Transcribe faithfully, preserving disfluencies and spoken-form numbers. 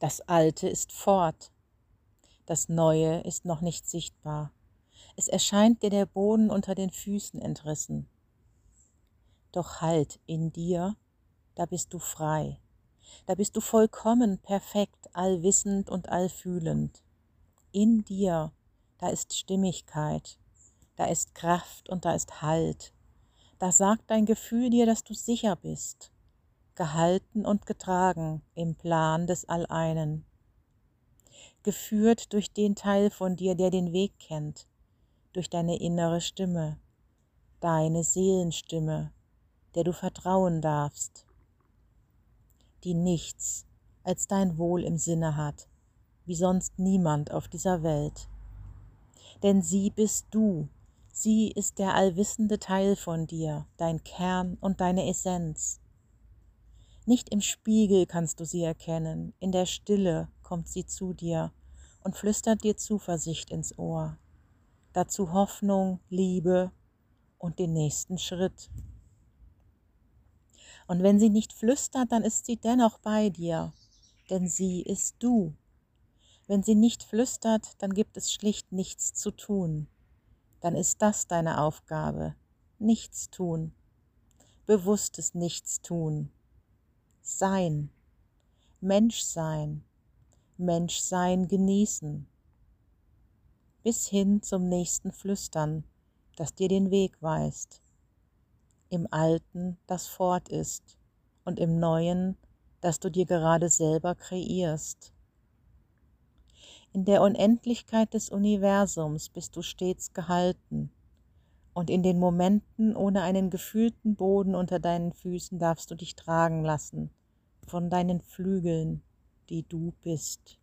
Das Alte ist fort, das Neue ist noch nicht sichtbar. Es erscheint dir der Boden unter den Füßen entrissen. Doch halt, in dir, da bist du frei. Da bist du vollkommen, perfekt, allwissend und allfühlend. In dir, da ist Stimmigkeit, da ist Kraft und da ist Halt. Da sagt dein Gefühl dir, dass du sicher bist, gehalten und getragen im Plan des Alleinen. Geführt durch den Teil von dir, der den Weg kennt, durch deine innere Stimme, deine Seelenstimme, der du vertrauen darfst, die nichts als dein Wohl im Sinne hat, wie sonst niemand auf dieser Welt. Denn sie bist du, sie ist der allwissende Teil von dir, dein Kern und deine Essenz. Nicht im Spiegel kannst du sie erkennen, in der Stille kommt sie zu dir und flüstert dir Zuversicht ins Ohr, dazu Hoffnung, Liebe und den nächsten Schritt. Und wenn sie nicht flüstert, dann ist sie dennoch bei dir, denn sie ist du. Wenn sie nicht flüstert, dann gibt es schlicht nichts zu tun. Dann ist das deine Aufgabe, nichts tun, bewusstes Nichtstun, Sein, Menschsein, Menschsein genießen, bis hin zum nächsten Flüstern, das dir den Weg weist, im Alten, das fort ist, und im Neuen, das du dir gerade selber kreierst. In der Unendlichkeit des Universums bist du stets gehalten, und in den Momenten ohne einen gefühlten Boden unter deinen Füßen darfst du dich tragen lassen von deinen Flügeln, die du bist.